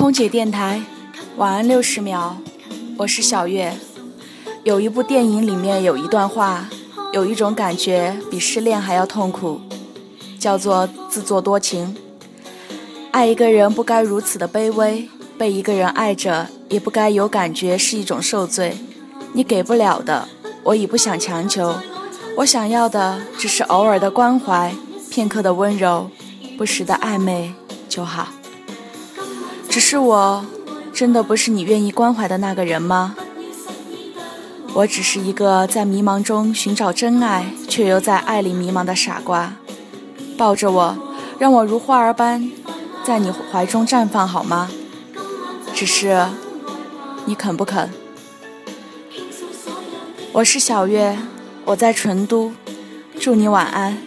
空姐电台，晚安60秒，我是小月。有一部电影里面有一段话，有一种感觉比失恋还要痛苦，叫做自作多情。爱一个人不该如此的卑微，被一个人爱着也不该有感觉是一种受罪。你给不了的，我已不想强求，我想要的只是偶尔的关怀，片刻的温柔，不时的暧昧就好。只是我真的不是你愿意关怀的那个人吗？我只是一个在迷茫中寻找真爱，却又在爱里迷茫的傻瓜。抱着我，让我如花儿般在你怀中绽放好吗？只是你肯不肯？我是小月，我在成都，祝你晚安。